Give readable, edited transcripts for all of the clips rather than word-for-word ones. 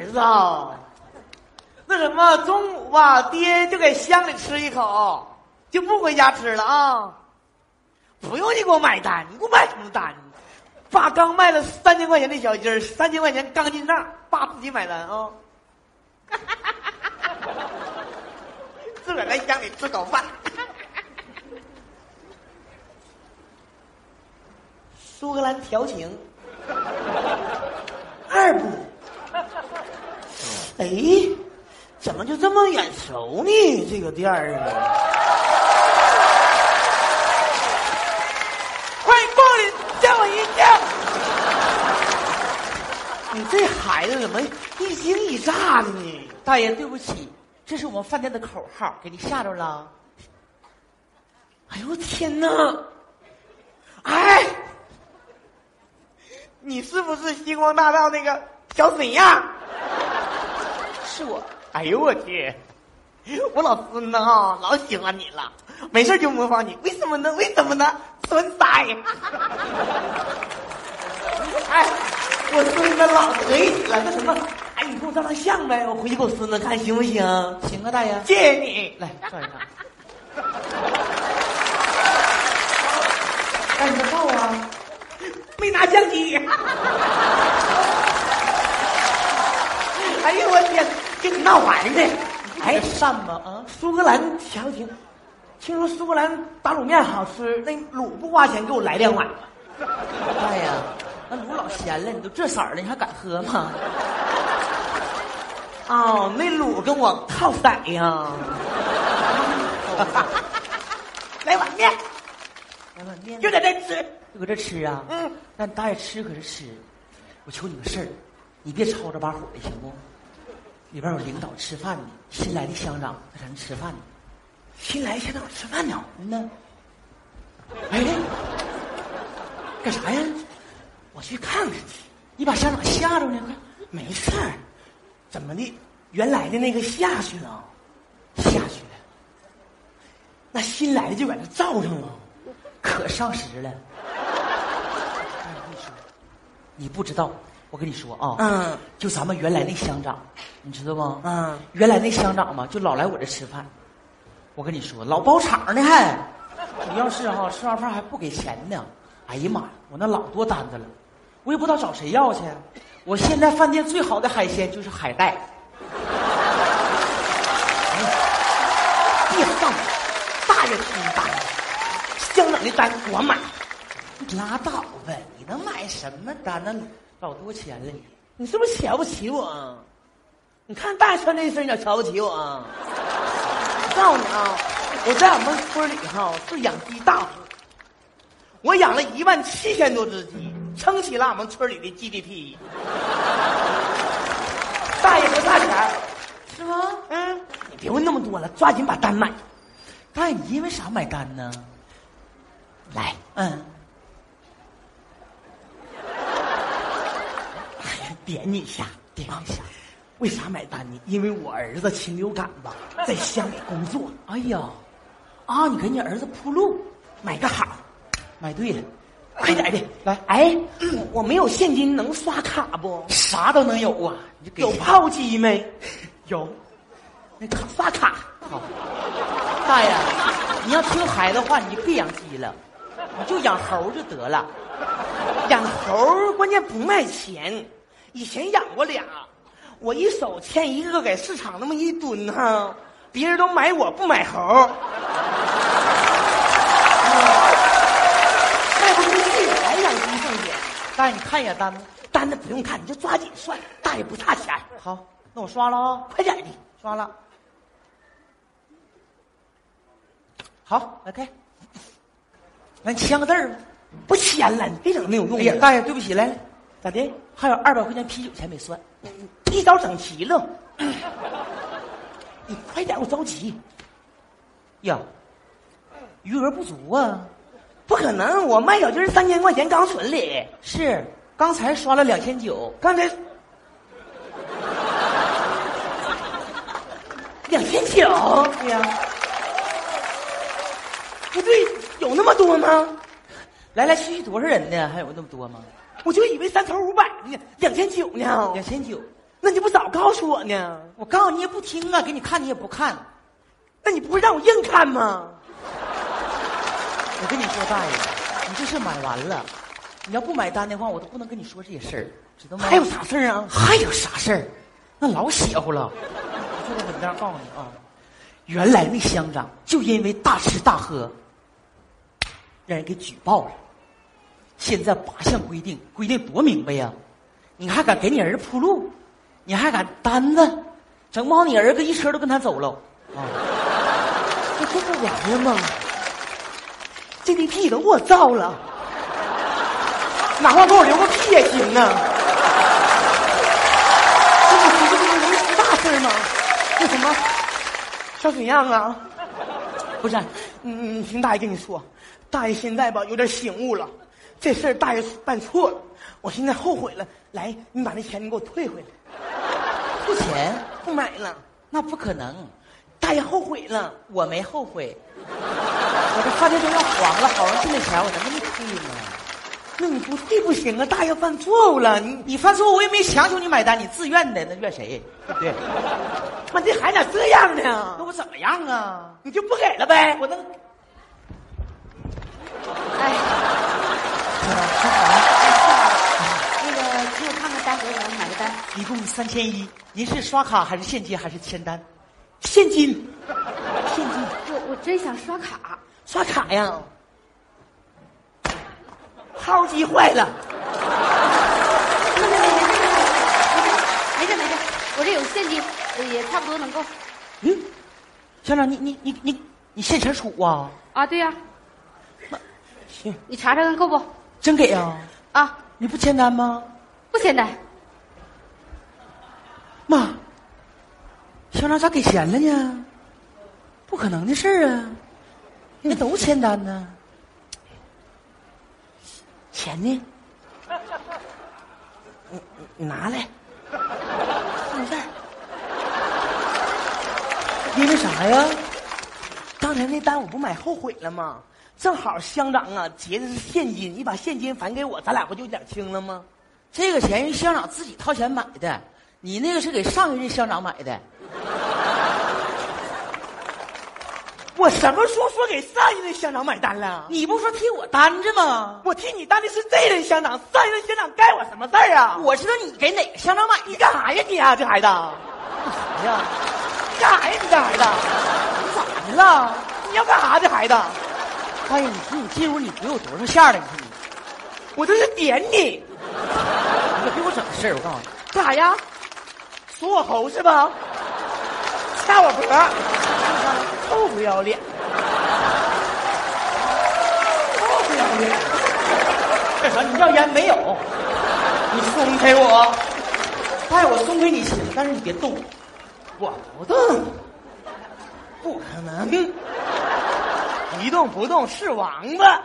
子啊，那什么中午吧，爹就给乡里吃一口，就不回家吃了啊。不用你给我买单，你给我买什么单？爸刚卖了3000块钱的小鸡儿，3000块钱刚进账，爸自己买单啊。自个儿在乡里吃口饭。苏格兰调情2部，哎，怎么就这么眼熟呢？这个店儿啊！欢迎光临，叫我一叫。你这孩子怎么一惊一乍的呢？ 大爷，对不起，这是我们饭店的口号，给你吓着了。 哎呦天哪！哎，你是不是星光大道那个小沈阳？ 是我。 哎呦我去！我老孙子啊，老喜欢你了，没事就模仿你，为什么呢？为什么呢？孙呆！哎，我孙子老得意了，那什么？哎，你给我照张相呗，我回去给我孙子看行不行？ 行啊，大爷， 谢谢你。 来照一张。干什么照啊？ 没拿相机。哎呦我天，跟你闹玩呢！哎， 善吗？啊， 苏格兰调情，听说苏格兰打卤面好吃，那卤不花钱，给我来2碗。 大爷，那卤老咸了，你都这色儿了，你还敢喝吗？ 哦，那卤跟我靠色呀。来碗面， 来碗面， 就在这吃， 就搁这吃啊？ 嗯， 那大爷吃可是吃，我求你个事儿，你别吵着把火的行不？里边有领导吃饭呢，新来的乡长在咱吃饭呢。 新来乡长吃饭呢？ 呢？ 哎，干啥呀？我去看看去。 你把乡长吓着呢？快， 没事儿，怎么的？原来的那个下去了， 下去了。 那新来的就搁这罩上了， 可上时了。你不知道，我跟你说啊，就咱们原来那乡长，你知道吗？原来那乡长嘛，就老来我这吃饭。我跟你说，老包场呢还，主要是吃完饭还不给钱呢。哎呀妈呀，我那老多单子了，我也不知道找谁要去。我现在饭店最好的海鲜就是海带。 别上我，大爷出单，乡长的单我买。 你拉倒呗，你能买什么单？那老多钱了你。 你是不是瞧不起我？你看大爷穿这身，你咋瞧不起我啊？我告诉你啊，我在俺们村里是养鸡大户，我养了17000多只鸡，撑起了俺们村里的 GDP。大爷不差钱， 是吗？ 你别问那么多了，抓紧把单买。 大爷，你因为啥买单呢？ 来，点你一下，点一下。为啥买单呢？因为我儿子禽流感吧，在乡里工作。 哎呀，你给你儿子铺路， 买个好， 买对了， 快点的来。 哎，我没有现金，能刷卡不？ 啥都能有啊，你就给有炮机没？ 有， 那卡刷卡。 好，大爷，你要听孩子话，你就别养鸡了，你就养猴就得了。 养猴关键不卖钱，以前养过俩，我一手牵一个给市场那么一蹲别人都买我不买猴，卖不出去还养鸡挣钱。 大爷，你看一眼单子， 单子不用看，你就抓紧算，大爷不差钱。 好，那我刷了啊， 快点的， 刷了。好，来开。来，你签个字儿吧。 不签了，你别整没有用的。 哎呀，大爷，对不起，来， 咋的？ 还有200块钱啤酒钱没算， 一早整齐了。你快点，我着急。 呀，余额不足啊。 不可能，我卖小鸡3000块钱刚存里。 是，刚才刷了2900， 刚才2900。 对呀。 不对，有那么多吗？ 来来去去多少人呢？还有那么多吗？ 我就以为3头500呢，2900呢。 2900， 那你不早告诉我呢？ 我告诉你也不听啊，给你看你也不看。 那你不会让我硬看吗？ 我跟你说，大爷，你这事买完了，你要不买单的话，我都不能跟你说这些事儿，知道吗？ 还有啥事儿啊？ 还有啥事儿？那老邪乎了。我就在这样告诉你啊，原来那乡长就因为大吃大喝，让人给举报了。现在8项规定多明白呀！你还敢给你儿子铺路？你还敢担子？整不好你儿子一车都跟他走了啊！ 这不完了吗？这地屁都给我造了，哪怕给我留个屁也行啊！这不能出大事吗？那什么，小怎样啊？不是，你听大爷跟你说，大爷现在吧有点醒悟了，这事儿大爷办错了，我现在后悔了。来，你把那钱你给我退回来。 付钱不买了？ 那不可能， 大爷后悔了。 我没后悔，我这饭店都要黄了，好容易挣的钱，我能给你退吗？ 那你不退不行啊！大爷犯错误了， 你犯错误，我也没强求你买单，你自愿的，那怨谁？对不对？ 妈，这孩子咋这样呢？ 那我怎么样啊？ 你就不给了呗？ 我能。 哎，那个，请我看看单多少，买个单。 一共3100，您是刷卡还是现金还是签单？ 现金， 现金。我真想刷卡。 刷卡呀？号机坏了。 没事，我这有现金，也差不多能够。 乡长，你现钱出啊？ 啊，对呀。 行， 你查查看够不？ 真给啊？ 啊， 你不签单吗？ 不签单。 妈，乡长咋给钱了呢？不可能的事儿啊！那都签单呢。 钱呢？你拿来。放这儿。 因为啥呀？ 刚才那单我不买后悔了吗？正好乡长啊结的是现金，你把现金返给我，咱俩不就两清了吗？ 这个钱是乡长自己掏钱买的，你那个是给上一任乡长买的。 我什么时候说给上一任乡长买单了？ 你不说替我担着吗？ 我替你担的是这任乡长，上一任乡长该我什么事儿啊？ 我知道你给哪个乡长买的。 你干啥呀你啊，这孩子？ 干啥呀？ 干啥呀你这孩子？ 你咋的了？ 你要干啥这孩子？ 哎呀，你说你进屋你给我多少下了？你说你， 我这是点你， 你可别给我整事儿！我告诉你， 干啥呀？说我猴是吧？掐我脖，臭不要脸！臭不要脸！ 干啥？你要烟没有？ 你松开我！ 哎，我松开你行，但是你别动。 我不动，不可能！一动不动是王八。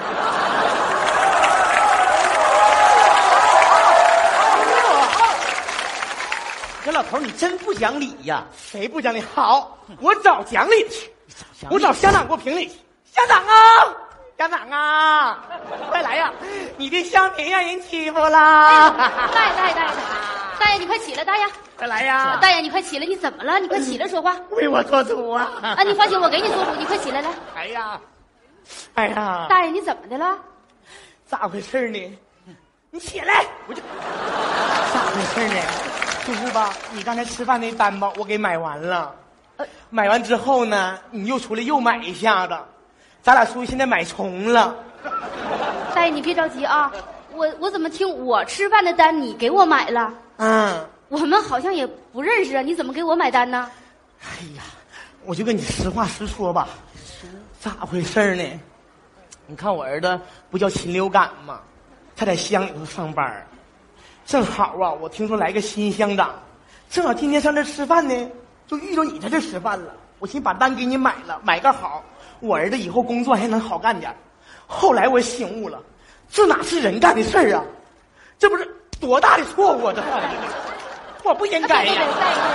这老头你真不讲理呀！ 谁不讲理？好，我找讲理去。我找乡长给我评理去。乡长啊，乡长啊，快来呀！你的乡民让人欺负啦！ 大爷，你快起来，大爷！ 快来呀！ 大爷，你快起来！你怎么了？你快起来说话！ 为我做主啊！ 啊，你放心，我给你做主。你快起来，来！ 哎呀！ 大爷，你怎么的了？ 咋回事呢？你起来！我就咋回事呢？就是吧，你刚才吃饭那单吧，我给买完了。买完之后呢，你又出来又买一下子，咱俩属于现在买重了。 大爷，你别着急啊，我怎么听我吃饭的单你给我买了？我们好像也不认识啊，你怎么给我买单呢？ 哎呀，我就跟你实话实说吧，咋回事呢？你看我儿子不叫禽流感吗？他在乡里头上班，正好啊，我听说来个新乡长，正好今天上这吃饭呢，就遇着你在这吃饭了。我寻思把单给你买了，买个好，我儿子以后工作还能好干点。后来我醒悟了，这哪是人干的事儿啊？这不是多大的错误啊！这我不应该呀！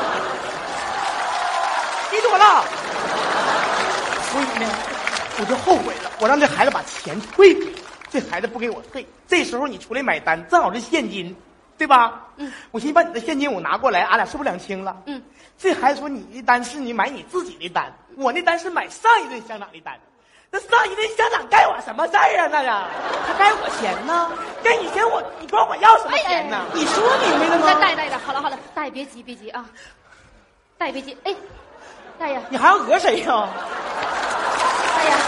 你躲了，所以呢，我就后悔了，我让这孩子把钱退给，这孩子不给我退，这时候你出来买单，正好是现金， 对吧？我寻思把你的现金我拿过来，俺俩是不是两清了？这孩子说你的单是你买你自己的单，我那单是买上一顿乡长的单。那上一顿乡长该我什么事儿啊？那个他该我钱呢？ 该你钱你管我要什么钱呢？你说明白了吗？ 大爷，好了，大爷别急啊，大爷别急，哎，大爷， 你还要讹谁呀？ 大爷，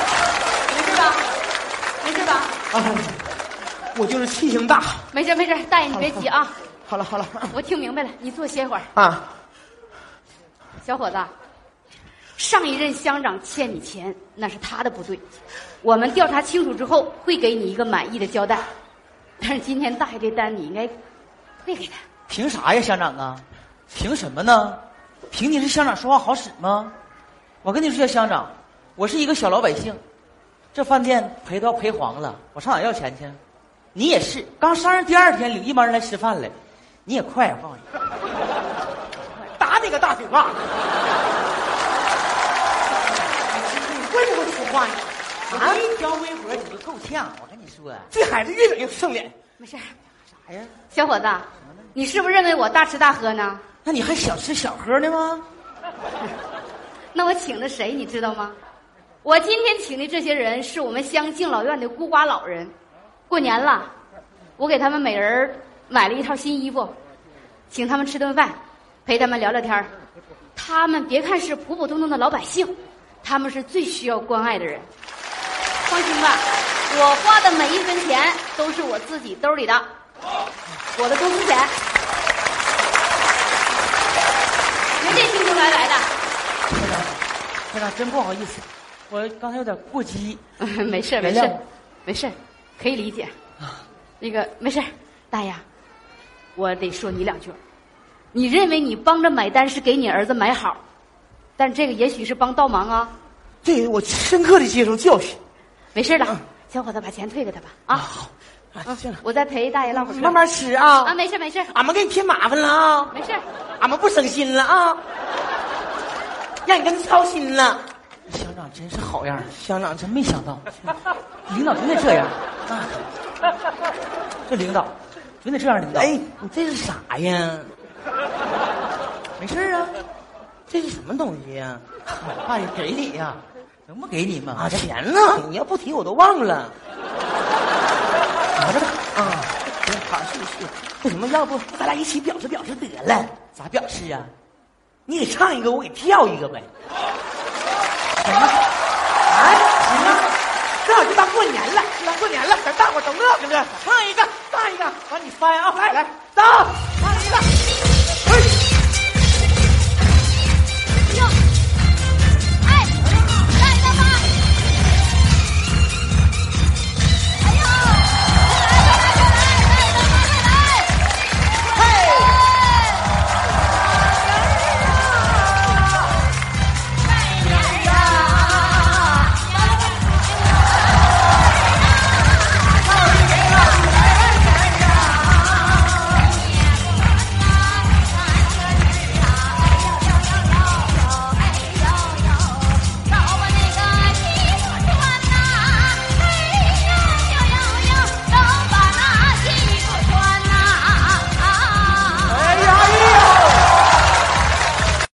没事吧？ 啊，我就是气性大。 没事，大爷你别急啊。 好了， 我听明白了，你坐歇会儿啊。 小伙子，上一任乡长欠你钱，那是他的不对，我们调查清楚之后会给你一个满意的交代。但是今天大爷这单你应该退给他。 凭啥呀，乡长啊？凭什么呢？凭你是乡长说话好使吗？我跟你说，乡长，我是一个小老百姓，这饭店赔都要赔黄了，我上哪要钱去？你也是，刚上任第2天领一帮人来吃饭来，你也快，我告诉你， 打你个大嘴巴！你会不会说话呀？ 啊！一条微活你就够呛，我跟你说， 这孩子越整越剩脸。 没事， 啥呀？ 小伙子，你是不是认为我大吃大喝呢？ 那你还小吃小喝呢吗？ 那我请的谁你知道吗？我今天请的这些人是我们乡敬老院的孤寡老人，过年了，我给他们每人买了一套新衣服，请他们吃顿饭，陪他们聊聊天。他们别看是普普通通的老百姓，他们是最需要关爱的人。放心吧，我花的每一分钱都是我自己兜里的，我的工资钱，绝对清清白白的。 校长，真不好意思，我刚才有点过激。 没事，可以理解。那个没事，大爷，我得说你2句。你认为你帮着买单是给你儿子买好，但这个也许是帮倒忙啊。 这个我深刻的接受教训。 没事了，小伙子，把钱退给他吧。啊，好， 行了， 我再陪大爷唠会儿嗑。 慢慢吃啊。 啊，没事， 俺们给你添麻烦了啊。 没事， 俺们不省心了啊，让你跟他操心了。 乡长真是好样的， 乡长真没想到，领导真得这样。这领导真得这样，领导。 哎，你这是啥呀？ 没事啊， 这是什么东西呀？ 爸也给你呀，能不给你吗？ 啊，钱呢？你要不提我都忘了。 拿着吧。 啊，行，好，是。为什么要不咱俩一起表示表示得了？ 咋表示啊？ 你给唱一个，我给跳一个呗。 行吧。 哎，行啊，正好就当过年了，咱大伙都乐呵乐，唱一个，完你翻啊，来，走。